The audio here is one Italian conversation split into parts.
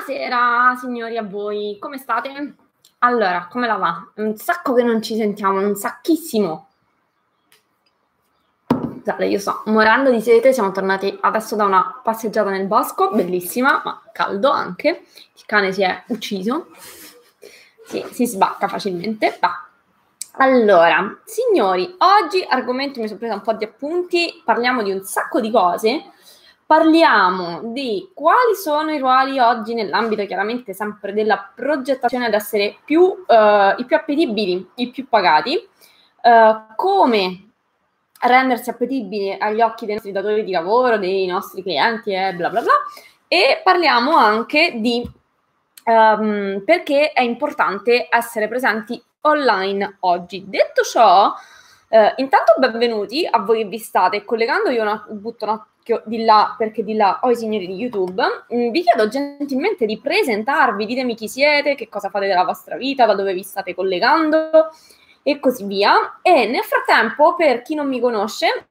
Buonasera signori a voi, come state? Allora, come la va? Un sacco che non ci sentiamo, un sacchissimo. Scusate, io sto morendo di sete, siamo tornati adesso da una passeggiata nel bosco, bellissima, ma caldo anche. Il cane si è ucciso, si sbacca facilmente. Va. Allora, signori, oggi argomento, mi sono presa un po' di appunti, parliamo di un sacco di cose. Parliamo di quali sono i ruoli oggi nell'ambito chiaramente sempre della progettazione ad essere i più appetibili, i più pagati, come rendersi appetibili agli occhi dei nostri datori di lavoro, dei nostri clienti e bla bla bla, e parliamo anche di perché è importante essere presenti online oggi. Detto ciò, intanto benvenuti a voi che vi state collegando, io butto un occhio di là perché di là ho i signori di YouTube. Vi chiedo gentilmente di presentarvi, ditemi chi siete, che cosa fate della vostra vita, da dove vi state collegando e così via. E nel frattempo, per chi non mi conosce,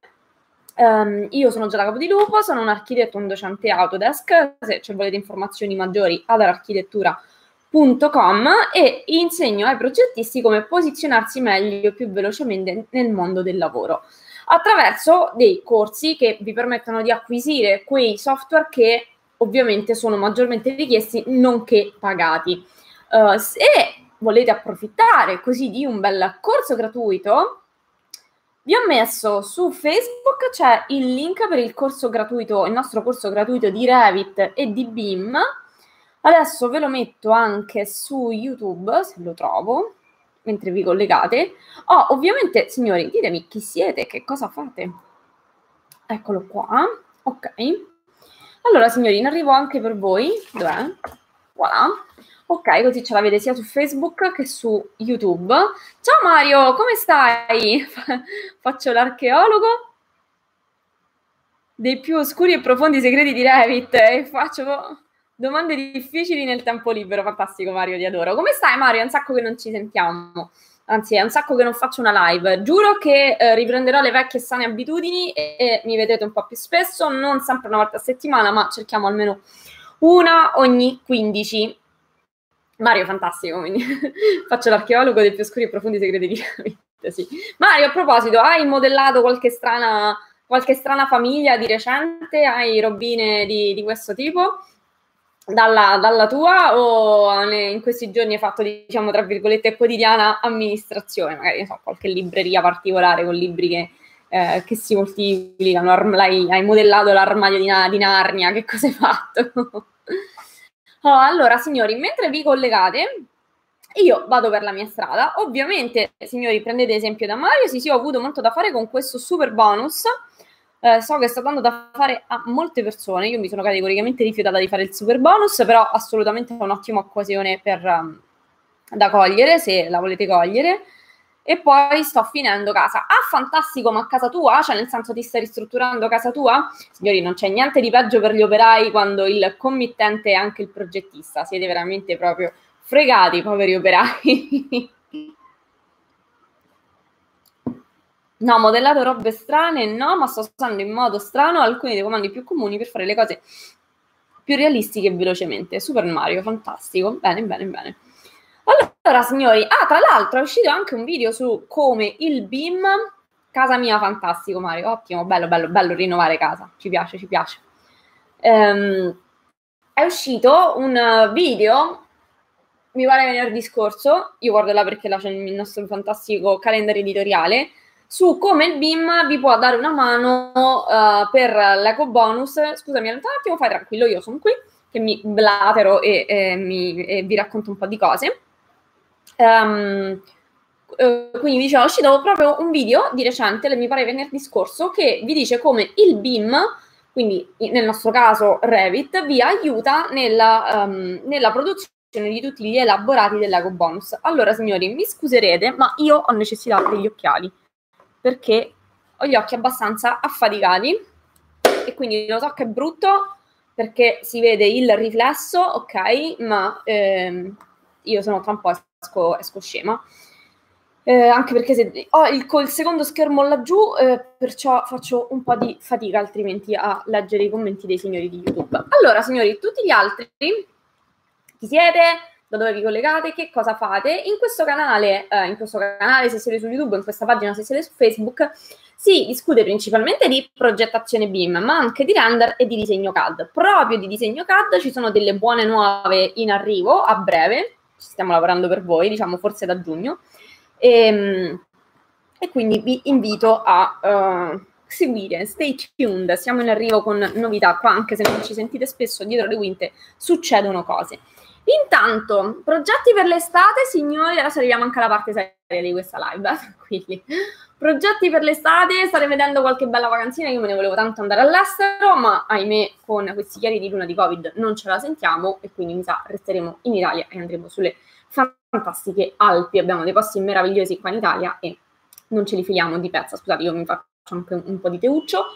io sono Giada Capodilupo, sono un architetto, un docente Autodesk. Se volete informazioni maggiori, adararchitettura.com, e insegno ai progettisti come posizionarsi meglio e più velocemente nel mondo del lavoro attraverso dei corsi che vi permettono di acquisire quei software che ovviamente sono maggiormente richiesti, nonché pagati. Se volete approfittare così di un bel corso gratuito, vi ho messo su Facebook, c'è il link per il corso gratuito, il nostro corso gratuito di Revit e di BIM. Adesso ve lo metto anche su YouTube, se lo trovo, mentre vi collegate. Oh, ovviamente, signori, ditemi chi siete, che cosa fate. Eccolo qua, ok. Allora, signori, in arrivo anche per voi. Dov'è? Voilà. Ok, così ce l'avete sia su Facebook che su YouTube. Ciao Mario, come stai? Faccio l'archeologo dei più oscuri e profondi segreti di Revit e faccio domande difficili nel tempo libero. Fantastico Mario, ti adoro. Come stai Mario? È un sacco che non ci sentiamo. Anzi, è un sacco che non faccio una live. Giuro che riprenderò le vecchie sane abitudini e mi vedrete un po' più spesso, non sempre una volta a settimana, ma cerchiamo almeno una ogni 15. Mario, fantastico, quindi faccio l'archeologo dei più oscuri e profondi segreti di Revit, sì. Mario, a proposito, hai modellato qualche strana famiglia di recente? Hai robine di questo tipo? Dalla tua, o in questi giorni hai fatto, diciamo, tra virgolette, quotidiana amministrazione? Magari, non so, qualche libreria particolare con libri che si moltiplicano, hai modellato l'armadio di Narnia, che cosa hai fatto? Oh, allora, signori, mentre vi collegate, io vado per la mia strada. Ovviamente, signori, prendete esempio da Mario. Sì, ho avuto molto da fare con questo super bonus. So che sta dando da fare a molte persone. Io mi sono categoricamente rifiutata di fare il super bonus, però assolutamente è un'ottima occasione da cogliere, se la volete cogliere. E poi sto finendo casa. Ah, fantastico, ma casa tua? Cioè, nel senso, ti stai ristrutturando casa tua? Signori, non c'è niente di peggio per gli operai quando il committente è anche il progettista. Siete veramente proprio fregati, poveri operai. No, modellato robe strane, no, ma sto usando in modo strano alcuni dei comandi più comuni per fare le cose più realistiche e velocemente. Super Mario, fantastico. Bene, bene, bene. Allora, signori, tra l'altro è uscito anche un video su come il BIM, casa mia, fantastico Mario, ottimo, bello, bello, bello rinnovare casa, ci piace, ci piace. È uscito un video, mi pare venerdì scorso, io guardo là perché là c'è il nostro fantastico calendario editoriale, su come il BIM vi può dare una mano per l'eco bonus. Scusami, un attimo, fai tranquillo, io sono qui, che mi blatero e vi racconto un po' di cose. Quindi diciamo, è uscito proprio un video di recente, mi pare venerdì scorso, che vi dice come il BIM, quindi nel nostro caso Revit, vi aiuta nella produzione di tutti gli elaborati dell'eco bonus. Allora signori, mi scuserete, ma io ho necessità degli occhiali perché ho gli occhi abbastanza affaticati e quindi lo so che è brutto perché si vede il riflesso, ok, ma io sono tra un po' esco scema, anche perché se ho col secondo schermo laggiù, perciò faccio un po' di fatica altrimenti a leggere i commenti dei signori di YouTube. Allora signori, tutti gli altri chi siete, da dove vi collegate, che cosa fate. In questo canale se siete su YouTube, in questa pagina se siete su Facebook, si discute principalmente di progettazione BIM, ma anche di render e di disegno CAD. Proprio di disegno CAD ci sono delle buone nuove in arrivo a breve, ci stiamo lavorando per voi, diciamo forse da giugno, e quindi vi invito a seguire, stay tuned, siamo in arrivo con novità qua, anche se non ci sentite spesso dietro le quinte succedono cose. Intanto, progetti per l'estate, signori, adesso arriviamo anche alla parte seria di questa live, quindi progetti per l'estate, state vedendo qualche bella vacanzina, io me ne volevo tanto andare all'estero, ma ahimè con questi chiari di luna di Covid non ce la sentiamo e quindi mi sa resteremo in Italia e andremo sulle fantastiche Alpi, abbiamo dei posti meravigliosi qua in Italia e non ce li filiamo di pezza, scusate, io mi faccio anche un po' di teuccio.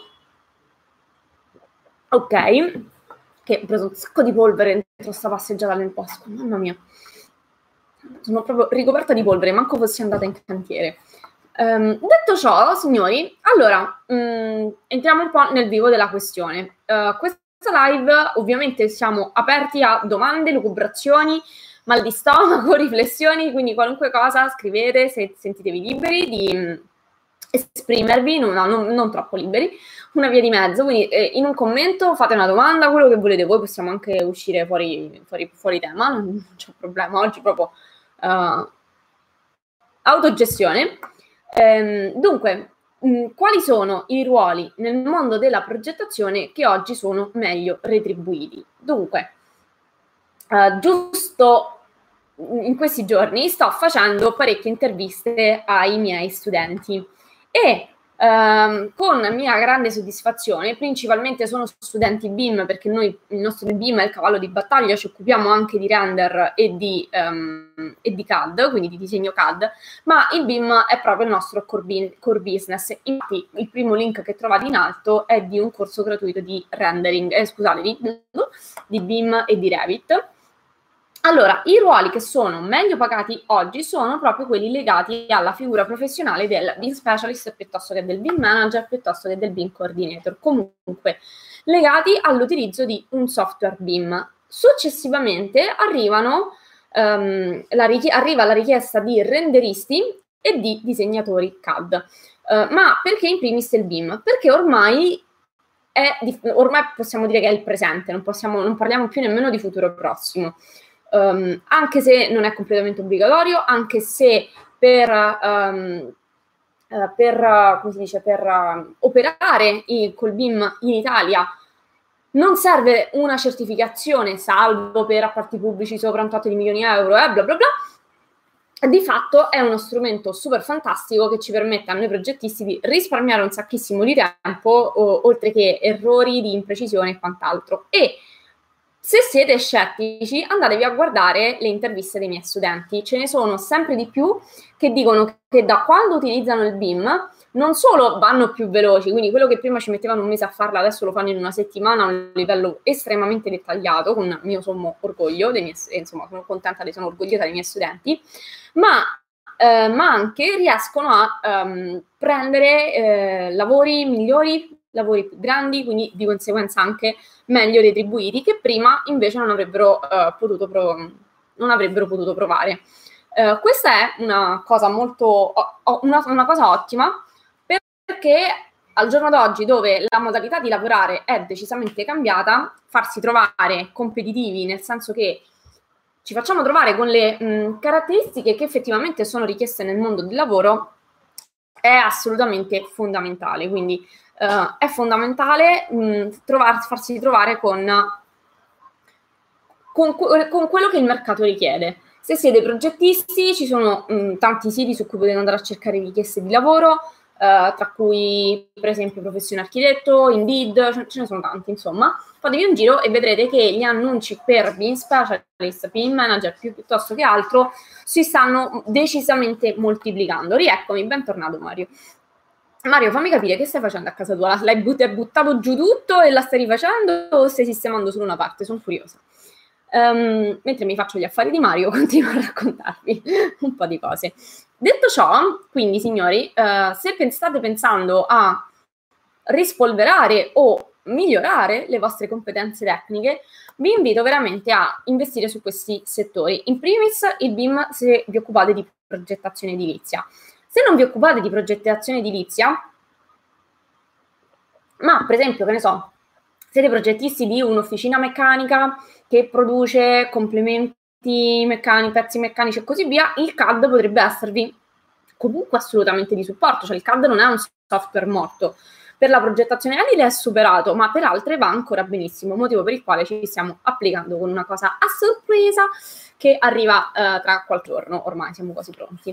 Ok, che ho preso un sacco di polvere dentro questa passeggiata nel bosco, mamma mia. Sono proprio ricoperta di polvere, manco fossi andata in cantiere. Detto ciò, signori, allora, entriamo un po' nel vivo della questione. Questa live, ovviamente, siamo aperti a domande, lucubrazioni, mal di stomaco, riflessioni, quindi qualunque cosa scrivete, se sentitevi liberi di esprimervi, non troppo liberi, una via di mezzo, quindi in un commento fate una domanda, quello che volete voi, possiamo anche uscire fuori tema, non c'è problema, oggi proprio autogestione. Dunque, quali sono i ruoli nel mondo della progettazione che oggi sono meglio retribuiti? Dunque, giusto in questi giorni sto facendo parecchie interviste ai miei studenti e con mia grande soddisfazione, principalmente sono studenti BIM, perché noi il nostro BIM è il cavallo di battaglia, ci occupiamo anche di render e di CAD, quindi di disegno CAD, ma il BIM è proprio il nostro core business. Infatti il primo link che trovate in alto è di un corso gratuito di rendering, di BIM e di Revit. Allora, i ruoli che sono meglio pagati oggi sono proprio quelli legati alla figura professionale del BIM specialist piuttosto che del BIM manager, piuttosto che del BIM coordinator, comunque legati all'utilizzo di un software BIM. Successivamente arriva la richiesta di renderisti e di disegnatori CAD. Ma perché in primis il BIM? Perché ormai possiamo dire che è il presente, non parliamo più nemmeno di futuro prossimo. Anche se non è completamente obbligatorio, anche se per operare col BIM in Italia non serve una certificazione, salvo per appalti pubblici sopra un tot di milioni di euro, bla bla bla. Di fatto è uno strumento super fantastico che ci permette a noi progettisti di risparmiare un sacchissimo di tempo, oltre che errori di imprecisione e quant'altro. E se siete scettici, andatevi a guardare le interviste dei miei studenti. Ce ne sono sempre di più che dicono che da quando utilizzano il BIM non solo vanno più veloci, quindi quello che prima ci mettevano un mese a farlo adesso lo fanno in una settimana a un livello estremamente dettagliato, con mio sommo orgoglio, insomma sono contenta sono orgogliosa dei miei studenti, ma anche riescono a prendere lavori migliori, lavori più grandi, quindi di conseguenza anche meglio retribuiti, che prima invece non avrebbero potuto provare. Questa è una cosa una cosa ottima, perché al giorno d'oggi, dove la modalità di lavorare è decisamente cambiata, farsi trovare competitivi, nel senso che ci facciamo trovare con le caratteristiche che effettivamente sono richieste nel mondo del lavoro, è assolutamente fondamentale. Quindi è fondamentale farsi trovare con quello che il mercato richiede. Se siete progettisti, ci sono tanti siti su cui potete andare a cercare richieste di lavoro, tra cui per esempio Professione Architetto, Indeed, ce ne sono tanti, insomma. Fatevi un giro e vedrete che gli annunci per BIM Specialist, BIM Manager piuttosto che altro si stanno decisamente moltiplicando. Rieccomi, bentornato Mario. Mario, fammi capire, che stai facendo a casa tua? Hai buttato giù tutto e la stai rifacendo o stai sistemando solo una parte? Sono curiosa. Mentre mi faccio gli affari di Mario, continuo a raccontarvi un po' di cose. Detto ciò, quindi signori, se state pensando a rispolverare o migliorare le vostre competenze tecniche, vi invito veramente a investire su questi settori. In primis il BIM se vi occupate di progettazione edilizia. Se non vi occupate di progettazione edilizia, ma per esempio, che ne so, siete progettisti di un'officina meccanica che produce complementi meccanici, pezzi meccanici e così via, il CAD potrebbe esservi comunque assolutamente di supporto, cioè il CAD non è un software morto. Per la progettazione edile è superato, ma per altre va ancora benissimo, motivo per il quale ci stiamo applicando con una cosa a sorpresa che arriva tra qualche giorno, ormai siamo quasi pronti.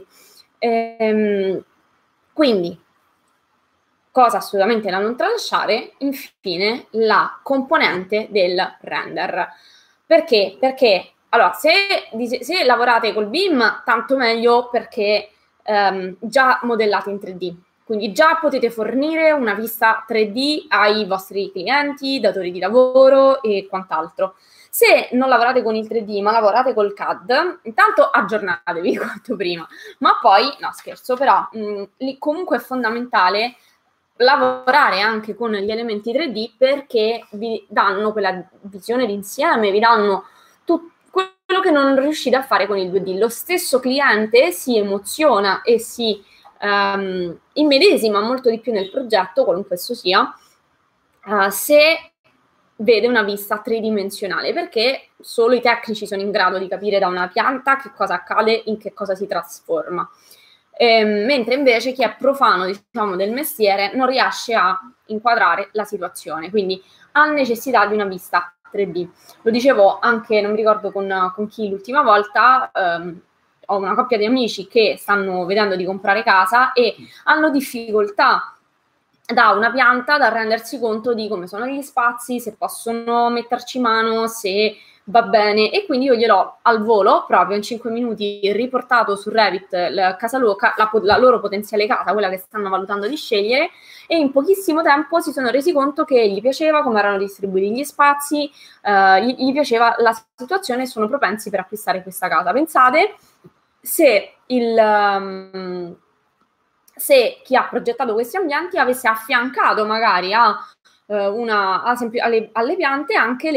Quindi, cosa assolutamente da non tralasciare, infine, la componente del render. Perché? Perché, allora, se lavorate col BIM, tanto meglio perché già modellate in 3D. Quindi già potete fornire una vista 3D ai vostri clienti, datori di lavoro e quant'altro. Se non lavorate con il 3D ma lavorate col CAD, intanto aggiornatevi quanto prima, ma poi, no scherzo, però lì comunque è fondamentale lavorare anche con gli elementi 3D perché vi danno quella visione d'insieme, vi danno tutto quello che non riuscite a fare con il 2D. Lo stesso cliente si emoziona e si immedesima molto di più nel progetto, qualunque esso sia, se vede una vista tridimensionale, perché solo i tecnici sono in grado di capire da una pianta che cosa accade, in che cosa si trasforma. Mentre invece chi è profano, diciamo, del mestiere non riesce a inquadrare la situazione, quindi ha necessità di una vista 3D. Lo dicevo anche, non mi ricordo con chi l'ultima volta, ho una coppia di amici che stanno vedendo di comprare casa e hanno difficoltà da una pianta da rendersi conto di come sono gli spazi, se possono metterci mano, se va bene, e quindi io gliel'ho al volo, proprio in 5 minuti, riportato su Revit casa la loro potenziale casa, quella che stanno valutando di scegliere, e in pochissimo tempo si sono resi conto che gli piaceva come erano distribuiti gli spazi, gli piaceva la situazione e sono propensi per acquistare questa casa. Pensate se se chi ha progettato questi ambienti avesse affiancato magari ad esempio alle piante anche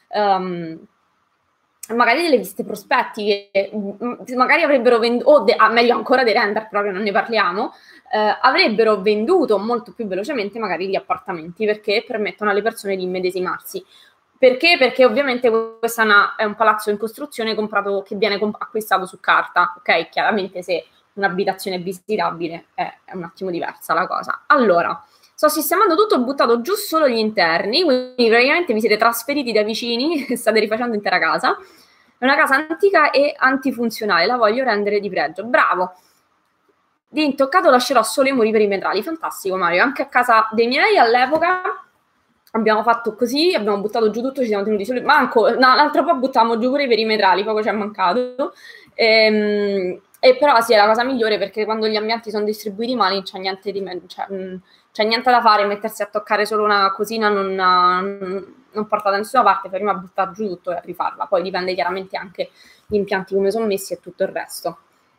magari delle viste prospettiche, magari avrebbero venduto, o meglio ancora dei render, proprio non ne parliamo, avrebbero venduto molto più velocemente magari gli appartamenti, perché permettono alle persone di immedesimarsi. Perché? Perché ovviamente questo è un palazzo in costruzione comprato, che viene acquistato su carta, ok? Chiaramente se un'abitazione visitabile è un attimo diversa la cosa. Allora, sto sistemando tutto, ho buttato giù solo gli interni, quindi praticamente vi siete trasferiti da vicini e state rifacendo intera casa. È una casa antica e antifunzionale, la voglio rendere di pregio. Bravo! Di intoccato lascerò solo i muri perimetrali. Fantastico, Mario. Anche a casa dei miei all'epoca abbiamo fatto così, abbiamo buttato giù tutto, ci siamo tenuti solo... l'altro po' buttavamo giù pure i perimetrali, poco ci è mancato. E però sì, è la cosa migliore, perché quando gli ambienti sono distribuiti male non c'è niente c'è niente da fare, mettersi a toccare solo una cosina non porta da nessuna parte, prima buttare giù tutto e a rifarla. Poi dipende chiaramente anche gli impianti come sono messi e tutto il resto.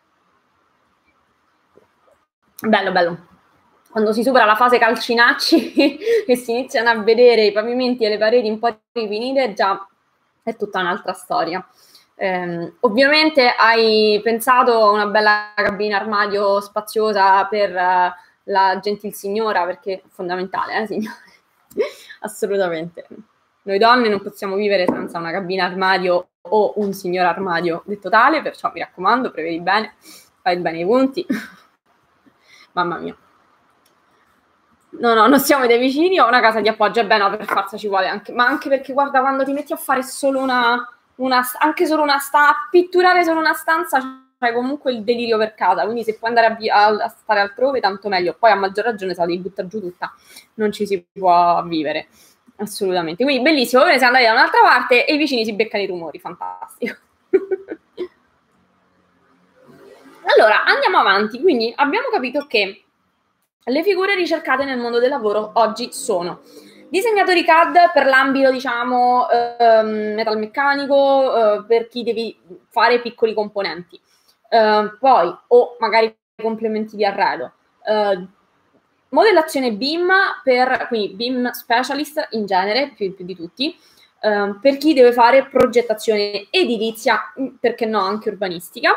Bello, bello. Quando si supera la fase calcinacci e si iniziano a vedere i pavimenti e le pareti un po' rifinite, già è tutta un'altra storia. Ovviamente hai pensato a una bella cabina armadio spaziosa per la gentil signora, perché è fondamentale, signore? Assolutamente. Noi donne non possiamo vivere senza una cabina armadio o un signor armadio detto tale, perciò mi raccomando, prevedi bene, fai bene i punti. Mamma mia. No, non siamo dei vicini, ho una casa di appoggio, e beh no, per forza ci vuole anche, ma anche perché guarda, quando ti metti a fare solo anche solo a pitturare solo una stanza, c'hai comunque il delirio per casa, quindi se puoi andare a stare altrove tanto meglio, poi a maggior ragione se la devi buttare giù tutta, non ci si può vivere, assolutamente. Quindi bellissimo, voi ne siete andati da un'altra parte e i vicini si beccano i rumori, fantastico. Allora, andiamo avanti, quindi abbiamo capito che le figure ricercate nel mondo del lavoro oggi sono disegnatori CAD per l'ambito, diciamo, metalmeccanico, per chi devi fare piccoli componenti, poi o magari complementi di arredo, modellazione BIM quindi BIM specialist in genere, più di tutti, per chi deve fare progettazione edilizia, perché no anche urbanistica.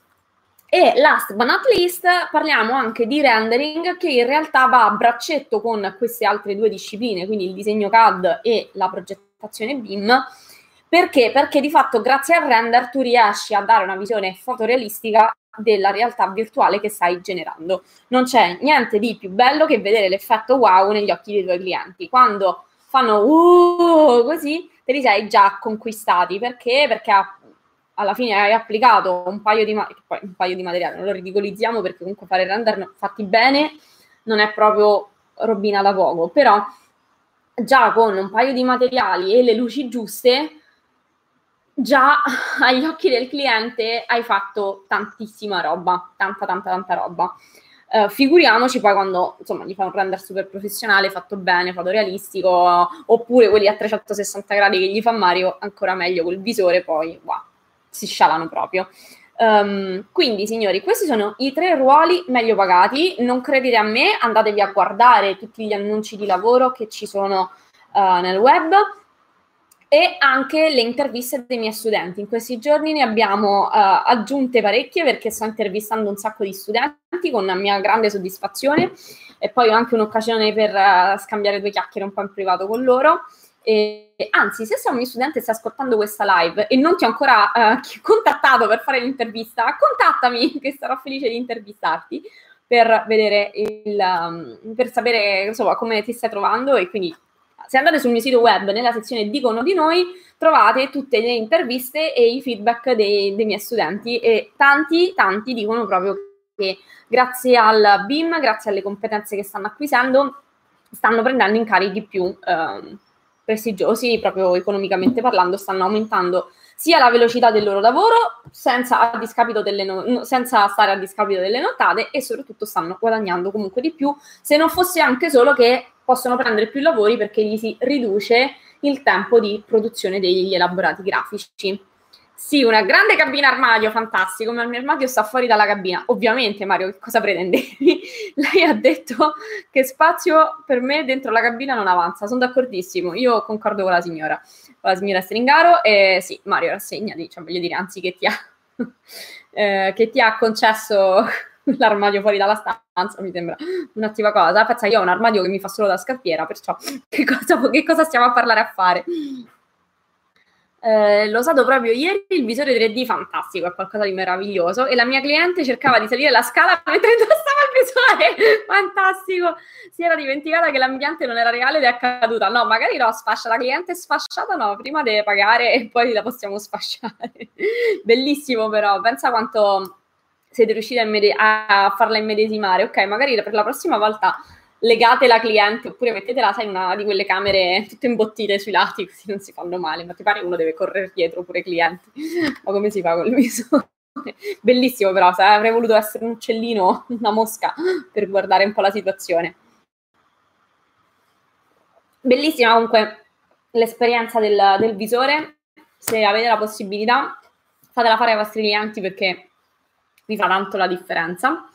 E last but not least parliamo anche di rendering, che in realtà va a braccetto con queste altre due discipline, quindi il disegno CAD e la progettazione BIM. Perché? Perché di fatto grazie al render tu riesci a dare una visione fotorealistica della realtà virtuale che stai generando. Non c'è niente di più bello che vedere l'effetto wow negli occhi dei tuoi clienti. Quando fanno così, te li sei già conquistati. Perché? Perché alla fine hai applicato un paio di materiali, non lo ridicolizziamo perché comunque fare render fatti bene non è proprio robina da poco, però già con un paio di materiali e le luci giuste, già agli occhi del cliente hai fatto tantissima roba, tanta roba. Figuriamoci poi quando insomma gli fa un render super professionale, fatto bene, fotorealistico, oppure quelli a 360 gradi che gli fa Mario, ancora meglio col visore, poi wow, si scialano proprio. Quindi signori, questi sono i 3 ruoli meglio pagati. Non credete a me, andatevi a guardare tutti gli annunci di lavoro che ci sono nel web e anche le interviste dei miei studenti. In questi giorni ne abbiamo aggiunte parecchie perché sto intervistando un sacco di studenti con la mia grande soddisfazione, e poi ho anche un'occasione per scambiare 2 chiacchiere un po' in privato con loro. E, anzi, se sei un mio studente e stai ascoltando questa live e non ti ho ancora contattato per fare l'intervista, contattami che sarò felice di intervistarti per vedere per sapere insomma come ti stai trovando. E quindi se andate sul mio sito web nella sezione Dicono di noi trovate tutte le interviste e i feedback dei miei studenti, e tanti dicono proprio che grazie al BIM, grazie alle competenze che stanno acquisendo, stanno prendendo incarichi più prestigiosi, proprio economicamente parlando, stanno aumentando sia la velocità del loro lavoro senza stare a discapito delle nottate, e soprattutto stanno guadagnando comunque di più, se non fosse anche solo che possono prendere più lavori perché gli si riduce il tempo di produzione degli elaborati grafici. Sì, una grande cabina armadio, fantastico, ma il mio armadio sta fuori dalla cabina. Ovviamente, Mario, che cosa pretendevi? Lei ha detto che spazio per me dentro la cabina non avanza, sono d'accordissimo, io concordo con la signora Stringaro, e sì, Mario, rassegnati, cioè voglio dire, anzi che ti ha concesso l'armadio fuori dalla stanza, mi sembra un'ottima cosa. Pensa, io ho un armadio che mi fa solo da scalpiera, perciò che cosa stiamo a parlare a fare? L'ho usato proprio ieri, il visore 3D fantastico, è qualcosa di meraviglioso, e la mia cliente cercava di salire la scala mentre indossava il visore, fantastico, si era dimenticata che l'ambiente non era reale ed è caduta. No, magari no, sfascia, la cliente è sfasciata, no, prima deve pagare e poi la possiamo sfasciare. Bellissimo, però, pensa quanto siete riusciti a farla immedesimare. Ok, magari per la prossima volta legate la cliente, oppure mettetela, sai, in una di quelle camere tutte imbottite sui lati, così non si fanno male. Ma ti pare uno deve correre dietro pure i clienti? Ma come si fa col visore? Bellissimo, però, se avrei voluto essere un uccellino, una mosca, per guardare un po' la situazione. Bellissima comunque l'esperienza del visore. Se avete la possibilità, fatela fare ai vostri clienti perché vi fa tanto la differenza.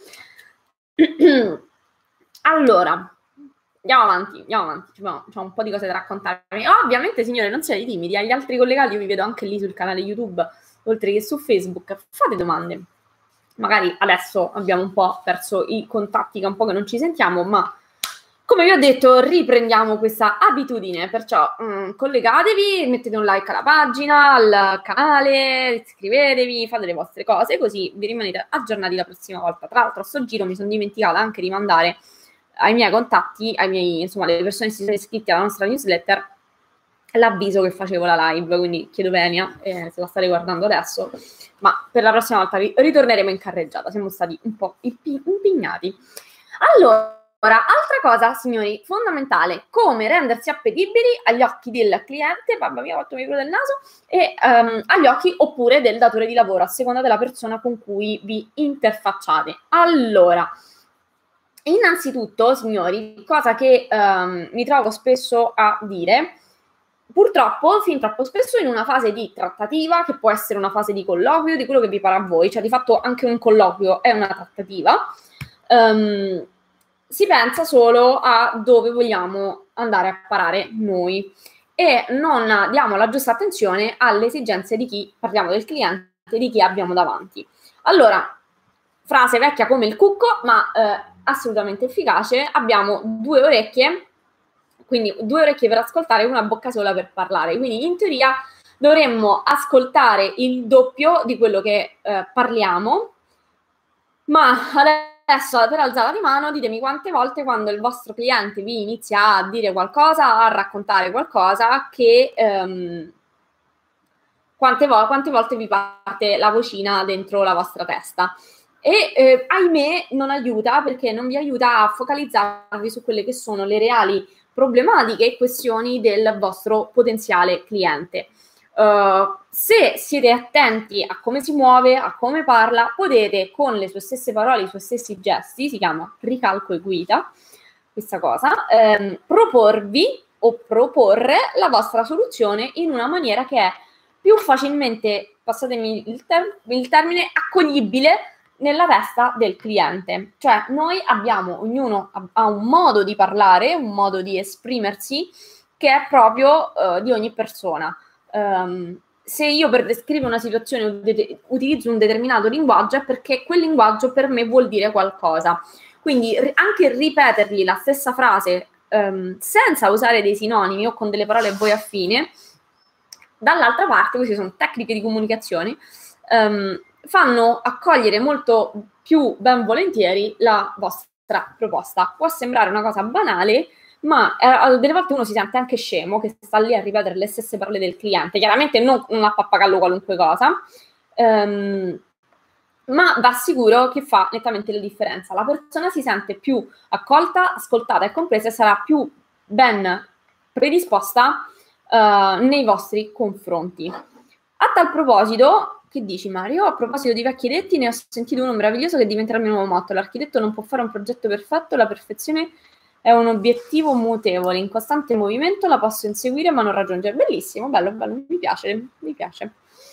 Allora, andiamo avanti, c'è un po' di cose da raccontarvi. Ovviamente, signore, non siete timidi, agli altri collegati io vi vedo anche lì sul canale YouTube, oltre che su Facebook, fate domande. Magari adesso abbiamo un po' perso i contatti, che è un po' che non ci sentiamo, ma come vi ho detto, riprendiamo questa abitudine, perciò collegatevi, mettete un like alla pagina, al canale, iscrivetevi, fate le vostre cose, così vi rimanete aggiornati la prossima volta. Tra l'altro a sto giro mi sono dimenticata anche di mandare ai miei contatti, insomma, alle persone che si sono iscritte alla nostra newsletter, l'avviso che facevo la live, quindi chiedo venia se la state guardando adesso, ma per la prossima volta ritorneremo in carreggiata, siamo stati un po' impegnati. Allora, altra cosa, signori, fondamentale, come rendersi appetibili agli occhi del cliente, mamma mia, ho fatto il micro del naso, e agli occhi oppure del datore di lavoro, a seconda della persona con cui vi interfacciate. Allora, innanzitutto, signori, cosa che mi trovo spesso a dire, purtroppo, fin troppo spesso in una fase di trattativa, che può essere una fase di colloquio, di quello che vi pare a voi, cioè di fatto anche un colloquio è una trattativa, si pensa solo a dove vogliamo andare a parare noi e non diamo la giusta attenzione alle esigenze di chi, parliamo del cliente, di chi abbiamo davanti. Allora, frase vecchia come il cucco, ma assolutamente efficace, abbiamo 2 orecchie, quindi 2 orecchie per ascoltare e una bocca sola per parlare. Quindi in teoria dovremmo ascoltare il doppio di quello che parliamo, ma adesso per alzata di mano ditemi quante volte quando il vostro cliente vi inizia a dire qualcosa, a raccontare qualcosa, che quante volte vi parte la vocina dentro la vostra testa. E ahimè non aiuta, perché non vi aiuta a focalizzarvi su quelle che sono le reali problematiche e questioni del vostro potenziale cliente. Se siete attenti a come si muove, a come parla, potete con le sue stesse parole, i suoi stessi gesti, si chiama ricalco e guida, questa cosa, proporvi o proporre la vostra soluzione in una maniera che è più facilmente, passatemi il termine, accoglibile nella testa del cliente. Cioè noi abbiamo, ognuno ha un modo di parlare, un modo di esprimersi che è proprio di ogni persona. Se io per descrivere una situazione utilizzo un determinato linguaggio è perché quel linguaggio per me vuol dire qualcosa. Quindi anche ripetergli la stessa frase senza usare dei sinonimi o con delle parole a voi affine, dall'altra parte, queste sono tecniche di comunicazione, fanno accogliere molto più ben volentieri la vostra proposta. Può sembrare una cosa banale, ma delle volte uno si sente anche scemo che sta lì a ripetere le stesse parole del cliente, chiaramente non a pappagallo qualunque cosa, ma va sicuro che fa nettamente la differenza. La persona si sente più accolta, ascoltata e compresa e sarà più ben predisposta nei vostri confronti. A tal proposito, che dici Mario? A proposito di vecchi detti, ne ho sentito uno meraviglioso che diventerà il mio nuovo motto: l'architetto non può fare un progetto perfetto, la perfezione è un obiettivo mutevole, in costante movimento, la posso inseguire ma non raggiungere. Bellissimo, bello, bello, mi piace, mi piace.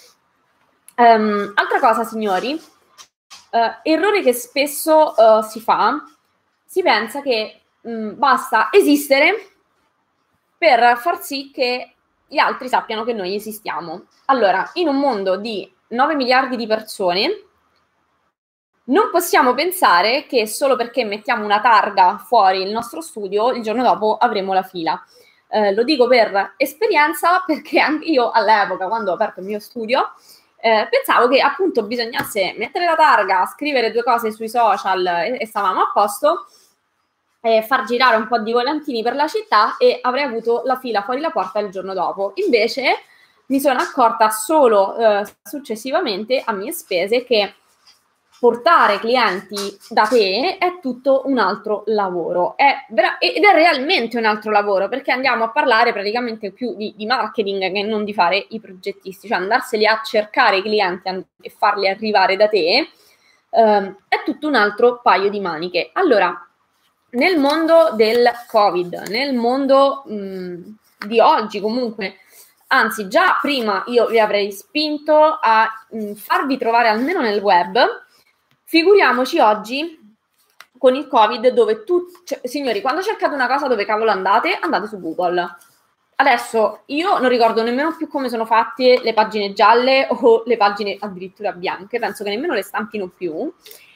Altra cosa, signori, errore che spesso si fa, si pensa che basta esistere per far sì che gli altri sappiano che noi esistiamo. Allora, in un mondo di 9 miliardi di persone, non possiamo pensare che solo perché mettiamo una targa fuori il nostro studio, il giorno dopo avremo la fila. Lo dico per esperienza, perché anche io all'epoca, quando ho aperto il mio studio, pensavo che appunto bisognasse mettere la targa, scrivere 2 cose sui social e stavamo a posto, far girare un po' di volantini per la città e avrei avuto la fila fuori la porta il giorno dopo. Invece mi sono accorta solo successivamente, a mie spese, che portare clienti da te è tutto un altro lavoro, ed è realmente un altro lavoro, perché andiamo a parlare praticamente più di marketing che non di fare i progettisti, cioè andarseli a cercare i clienti e farli arrivare da te è tutto un altro paio di maniche. Allora, nel mondo del Covid, nel mondo di oggi comunque, anzi già prima io vi avrei spinto a farvi trovare almeno nel web, figuriamoci oggi con il Covid, dove signori, quando cercate una cosa, dove cavolo andate? Andate su Google. Adesso io non ricordo nemmeno più come sono fatte le pagine gialle o le pagine addirittura bianche, penso che nemmeno le stampino più.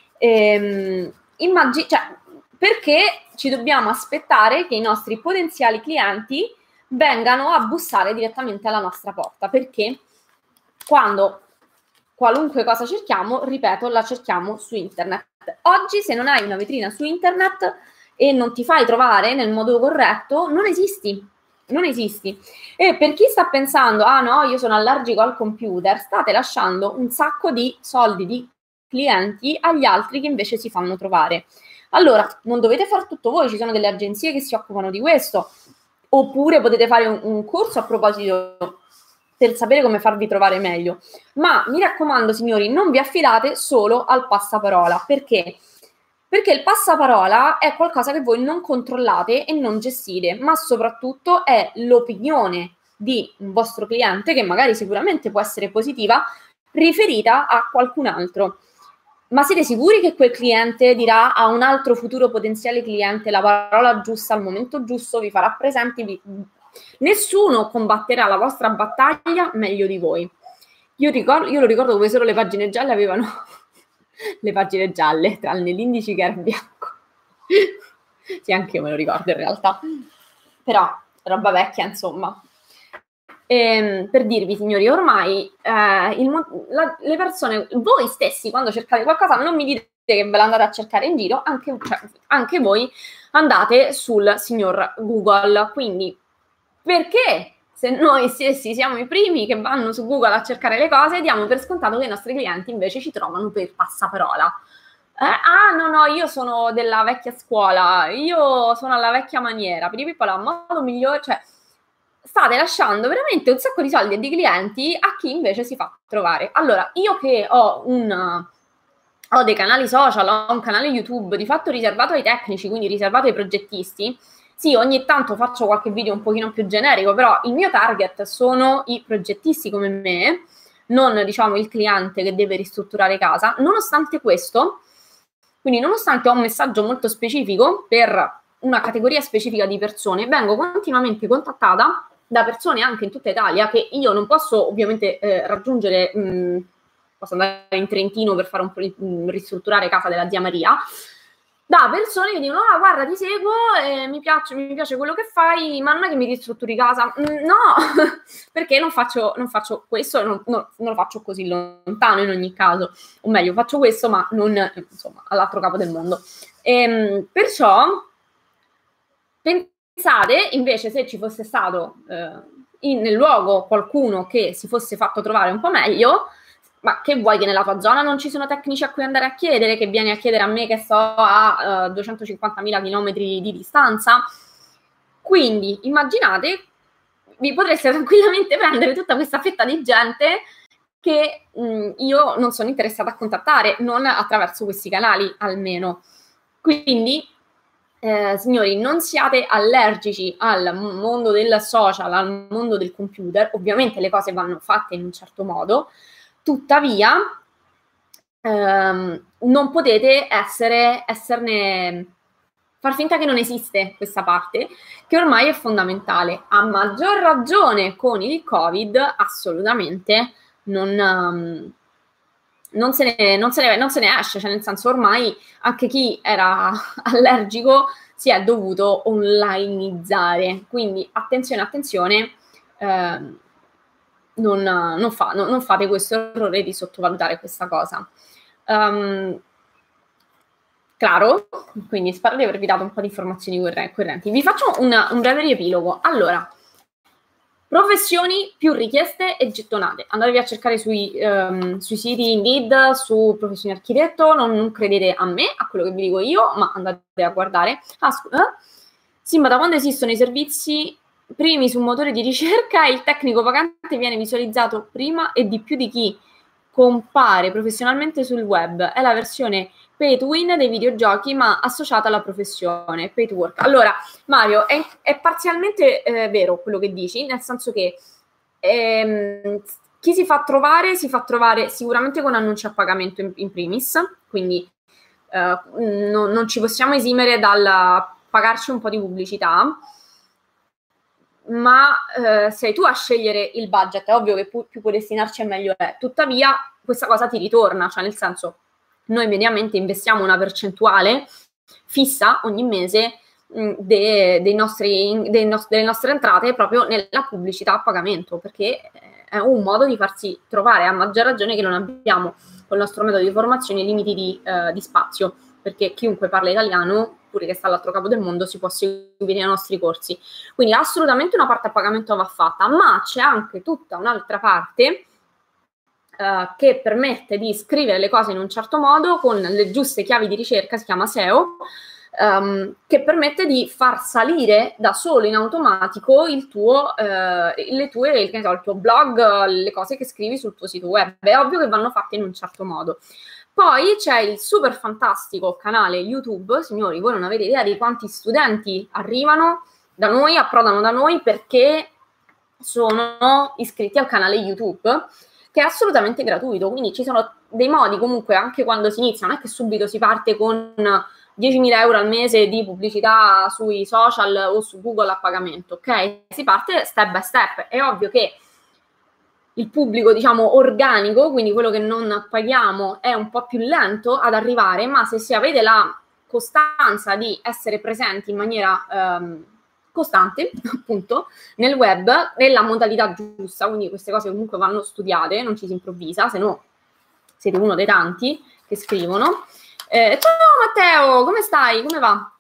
Cioè, perché ci dobbiamo aspettare che i nostri potenziali clienti vengano a bussare direttamente alla nostra porta? Perché quando qualunque cosa cerchiamo, ripeto, la cerchiamo su internet. Oggi, se non hai una vetrina su internet e non ti fai trovare nel modo corretto, non esisti. Non esisti. E per chi sta pensando, ah no, io sono allergico al computer, state lasciando un sacco di soldi di clienti agli altri che invece si fanno trovare. Allora, non dovete fare tutto voi, ci sono delle agenzie che si occupano di questo, oppure potete fare un corso a proposito per sapere come farvi trovare meglio. Ma mi raccomando, signori, non vi affidate solo al passaparola. Perché? Perché il passaparola è qualcosa che voi non controllate e non gestite, ma soprattutto è l'opinione di un vostro cliente, che magari sicuramente può essere positiva, riferita a qualcun altro. ma siete sicuri che quel cliente dirà a un altro futuro potenziale cliente la parola giusta al momento giusto, vi farà presenti? Nessuno combatterà la vostra battaglia meglio di voi. Io lo ricordo come solo le pagine gialle avevano le pagine gialle, tranne l'indice che era bianco. Sì, anche io me lo ricordo in realtà. Però, roba vecchia, insomma. Per dirvi, signori, ormai le persone, voi stessi, quando cercate qualcosa, non mi dite che ve l'andate a cercare in giro, anche voi andate sul signor Google. Quindi, perché se noi stessi siamo i primi che vanno su Google a cercare le cose, diamo per scontato che i nostri clienti invece ci trovano per passaparola. No, io sono della vecchia scuola, io sono alla vecchia maniera, per il modo migliore, cioè state lasciando veramente un sacco di soldi e di clienti a chi invece si fa trovare. Allora, io che ho dei canali social, ho un canale YouTube di fatto riservato ai tecnici, quindi riservato ai progettisti, sì, ogni tanto faccio qualche video un pochino più generico, però il mio target sono i progettisti come me, non diciamo il cliente che deve ristrutturare casa. Nonostante questo, quindi nonostante ho un messaggio molto specifico per una categoria specifica di persone, vengo continuamente contattata da persone anche in tutta Italia che io non posso ovviamente raggiungere, posso andare in Trentino per fare ristrutturare casa della zia Maria, da persone che dicono: ah, guarda, ti seguo, mi piace quello che fai, ma non è che mi ristrutturi casa. No, perché non faccio questo, non lo faccio così lontano in ogni caso, o meglio, faccio questo, ma non, insomma, all'altro capo del mondo. Perciò pensate, invece, se ci fosse stato nel luogo qualcuno che si fosse fatto trovare un po' meglio, ma che vuoi che nella tua zona non ci sono tecnici a cui andare a chiedere, che vieni a chiedere a me che sto a 250.000 chilometri di distanza? Quindi immaginate, vi potreste tranquillamente prendere tutta questa fetta di gente che io non sono interessata a contattare, non attraverso questi canali almeno. Quindi signori, non siate allergici al mondo del social, al mondo del computer. Ovviamente le cose vanno fatte in un certo modo, tuttavia non potete far finta che non esiste questa parte, che ormai è fondamentale. A maggior ragione con il Covid, assolutamente non se ne esce, cioè nel senso, ormai anche chi era allergico si è dovuto onlineizzare, quindi attenzione, non fate questo errore di sottovalutare questa cosa. Claro, quindi spero di avervi dato un po' di informazioni correnti. Vi faccio un breve riepilogo. Allora, professioni più richieste e gettonate. Andatevi a cercare sui siti Indeed, su professioni architetto, non credete a me, a quello che vi dico io, ma andate a guardare. Sì, ma da quando esistono i servizi primi su motore di ricerca, il tecnico vacante viene visualizzato prima e di più di chi compare professionalmente sul web. È la versione pay to win dei videogiochi, ma associata alla professione, pay to work. Allora, Mario, è parzialmente vero quello che dici, nel senso che chi si fa trovare sicuramente con annunci a pagamento in primis, quindi non ci possiamo esimere dal pagarci un po' di pubblicità, ma sei tu a scegliere il budget. È ovvio che più puoi destinarci e meglio è, tuttavia questa cosa ti ritorna, cioè nel senso, noi mediamente investiamo una percentuale fissa ogni mese delle nostre entrate proprio nella pubblicità a pagamento, perché è un modo di farsi trovare, a maggior ragione che non abbiamo col nostro metodo di formazione limiti di spazio, perché chiunque parla italiano, pure che sta all'altro capo del mondo, si può seguire i nostri corsi. Quindi assolutamente una parte a pagamento va fatta, ma c'è anche tutta un'altra parte che permette di scrivere le cose in un certo modo con le giuste chiavi di ricerca, si chiama SEO, che permette di far salire da solo in automatico il tuo blog, le cose che scrivi sul tuo sito web. È ovvio che vanno fatte in un certo modo. Poi c'è il super fantastico canale YouTube, signori, voi non avete idea di quanti studenti arrivano da noi, approdano da noi perché sono iscritti al canale YouTube, che è assolutamente gratuito, quindi ci sono dei modi comunque anche quando si inizia, non è che subito si parte con 10.000 euro al mese di pubblicità sui social o su Google a pagamento, ok? Si parte step by step. È ovvio che il pubblico, diciamo, organico, quindi quello che non paghiamo, è un po' più lento ad arrivare, ma se avete la costanza di essere presenti in maniera costante, appunto, nel web, nella modalità giusta, quindi queste cose comunque vanno studiate, non ci si improvvisa, se no siete uno dei tanti che scrivono. Ciao Matteo, come stai? Come va?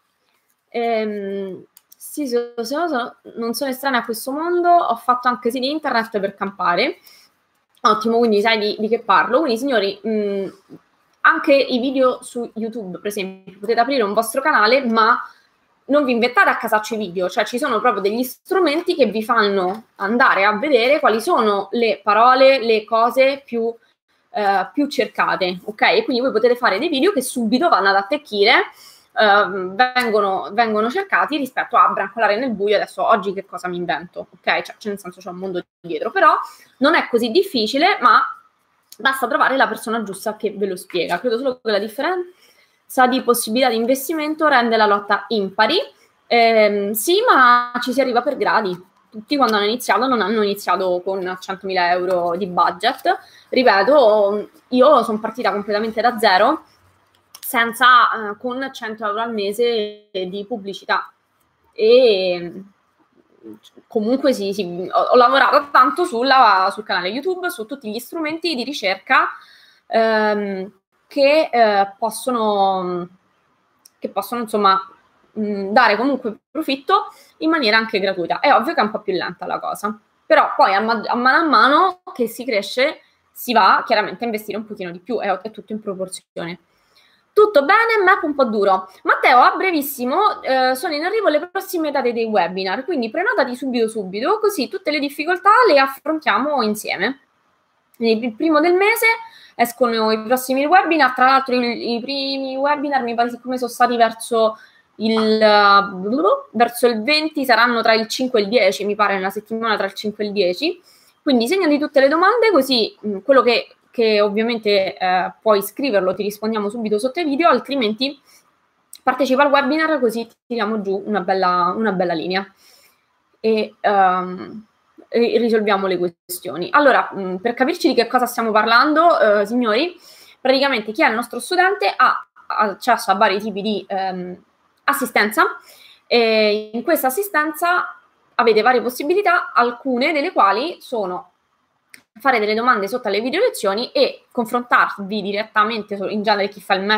Sì, non sono estranea a questo mondo, ho fatto anche siti internet per campare. Ottimo, quindi sai di che parlo. Quindi signori, anche i video su YouTube, per esempio, potete aprire un vostro canale, ma non vi inventate a casaccio i video, cioè ci sono proprio degli strumenti che vi fanno andare a vedere quali sono le parole, le cose più cercate, ok? E quindi voi potete fare dei video che subito vanno ad attecchire, vengono cercati rispetto a brancolare nel buio. Adesso oggi che cosa mi invento, ok? Cioè nel senso c'è un mondo dietro, però non è così difficile, ma basta trovare la persona giusta che ve lo spiega. Credo solo che la differenza di possibilità di investimento rende la lotta impari. Sì, ma ci si arriva per gradi. Tutti quando hanno iniziato non hanno iniziato con 100.000 euro di budget. Ripeto, io sono partita completamente da zero, senza con 100 euro al mese di pubblicità. E comunque ho lavorato tanto sul canale YouTube, su tutti gli strumenti di ricerca che possono insomma dare comunque profitto in maniera anche gratuita. È ovvio che è un po' più lenta la cosa, però poi a mano che si cresce si va chiaramente a investire un pochino di più, è tutto in proporzione. Tutto bene, map un po' duro. Matteo, a brevissimo sono in arrivo le prossime date dei webinar, quindi prenotati subito, così tutte le difficoltà le affrontiamo insieme. Il primo del mese escono i prossimi webinar, tra l'altro i primi webinar mi pare come sono stati verso il 20, saranno tra il 5 e il 10, mi pare, nella settimana tra il 5 e il 10, quindi segnati tutte le domande, così quello che ovviamente puoi scriverlo, ti rispondiamo subito sotto i video, altrimenti partecipa al webinar, così tiriamo giù una bella linea e risolviamo le questioni. Allora, per capirci di che cosa stiamo parlando, signori, praticamente chi è il nostro studente ha accesso a vari tipi di assistenza, e in questa assistenza avete varie possibilità, alcune delle quali sono fare delle domande sotto alle video lezioni e confrontarvi direttamente, in genere chi fa il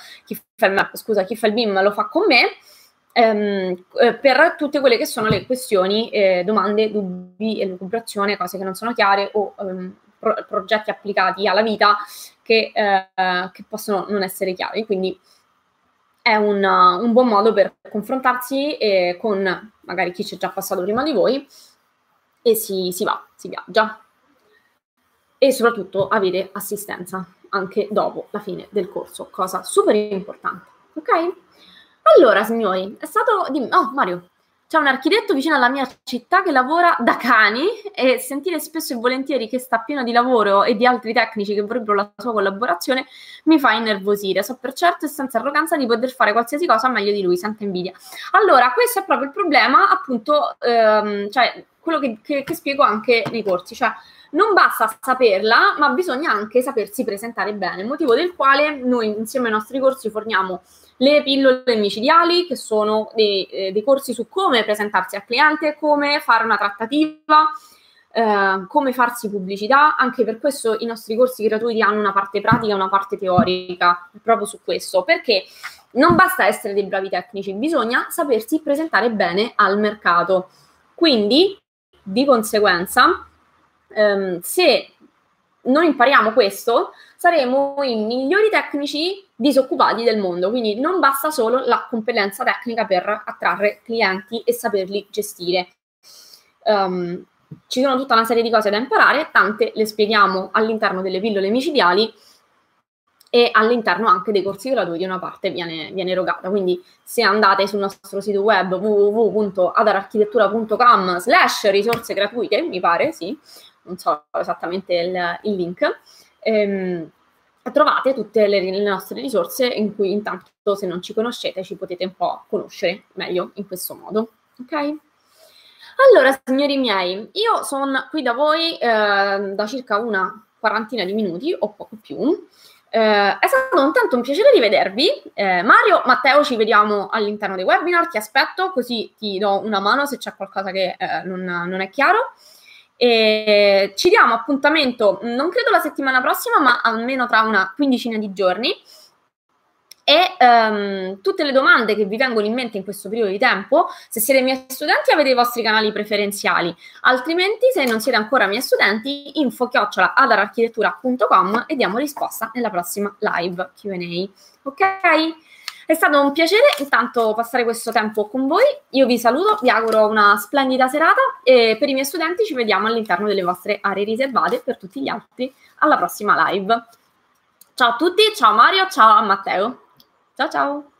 BIM lo fa con me, per tutte quelle che sono le questioni, domande, dubbi, elucubrazione, cose che non sono chiare o progetti applicati alla vita che possono non essere chiari. Quindi è un buon modo per confrontarsi con magari chi ci è già passato prima di voi, e si viaggia. E soprattutto avere assistenza anche dopo la fine del corso, cosa super importante, ok? Allora, signori, oh, Mario, c'è un architetto vicino alla mia città che lavora da cani, e sentire spesso e volentieri che sta pieno di lavoro e di altri tecnici che vorrebbero la sua collaborazione mi fa innervosire. So per certo e senza arroganza di poter fare qualsiasi cosa meglio di lui, sente invidia. Allora, questo è proprio il problema, appunto, cioè quello che spiego anche nei corsi, cioè non basta saperla, ma bisogna anche sapersi presentare bene, motivo del quale noi insieme ai nostri corsi forniamo le pillole micidiali, che sono dei corsi su come presentarsi al cliente, come fare una trattativa, come farsi pubblicità. Anche per questo i nostri corsi gratuiti hanno una parte pratica e una parte teorica, proprio su questo, perché non basta essere dei bravi tecnici, bisogna sapersi presentare bene al mercato. Quindi, di conseguenza, se non impariamo questo, saremo i migliori tecnici disoccupati del mondo. Quindi non basta solo la competenza tecnica per attrarre clienti e saperli gestire. Ci sono tutta una serie di cose da imparare, tante le spieghiamo all'interno delle pillole micidiali, e all'interno anche dei corsi gratuiti una parte viene erogata. Quindi se andate sul nostro sito web www.adararchitettura.com/risorse gratuite, mi pare, sì, non so esattamente il link, trovate tutte le nostre risorse in cui intanto, se non ci conoscete, ci potete un po' conoscere meglio in questo modo, ok? Allora, signori miei, io sono qui da voi da circa una quarantina di minuti o poco più. È stato tanto un piacere rivedervi. Mario, Matteo, ci vediamo all'interno dei webinar, ti aspetto, così ti do una mano se c'è qualcosa che non è chiaro. E ci diamo appuntamento, non credo la settimana prossima, ma almeno tra una quindicina di giorni. E tutte le domande che vi vengono in mente in questo periodo di tempo, se siete miei studenti avete i vostri canali preferenziali, altrimenti se non siete ancora miei studenti info@adararchitettura.com e diamo risposta nella prossima live Q&A. Ok? È stato un piacere intanto passare questo tempo con voi, io vi saluto, vi auguro una splendida serata e per i miei studenti ci vediamo all'interno delle vostre aree riservate, per tutti gli altri alla prossima live. Ciao a tutti, ciao Mario, ciao a Matteo. Ciao ciao!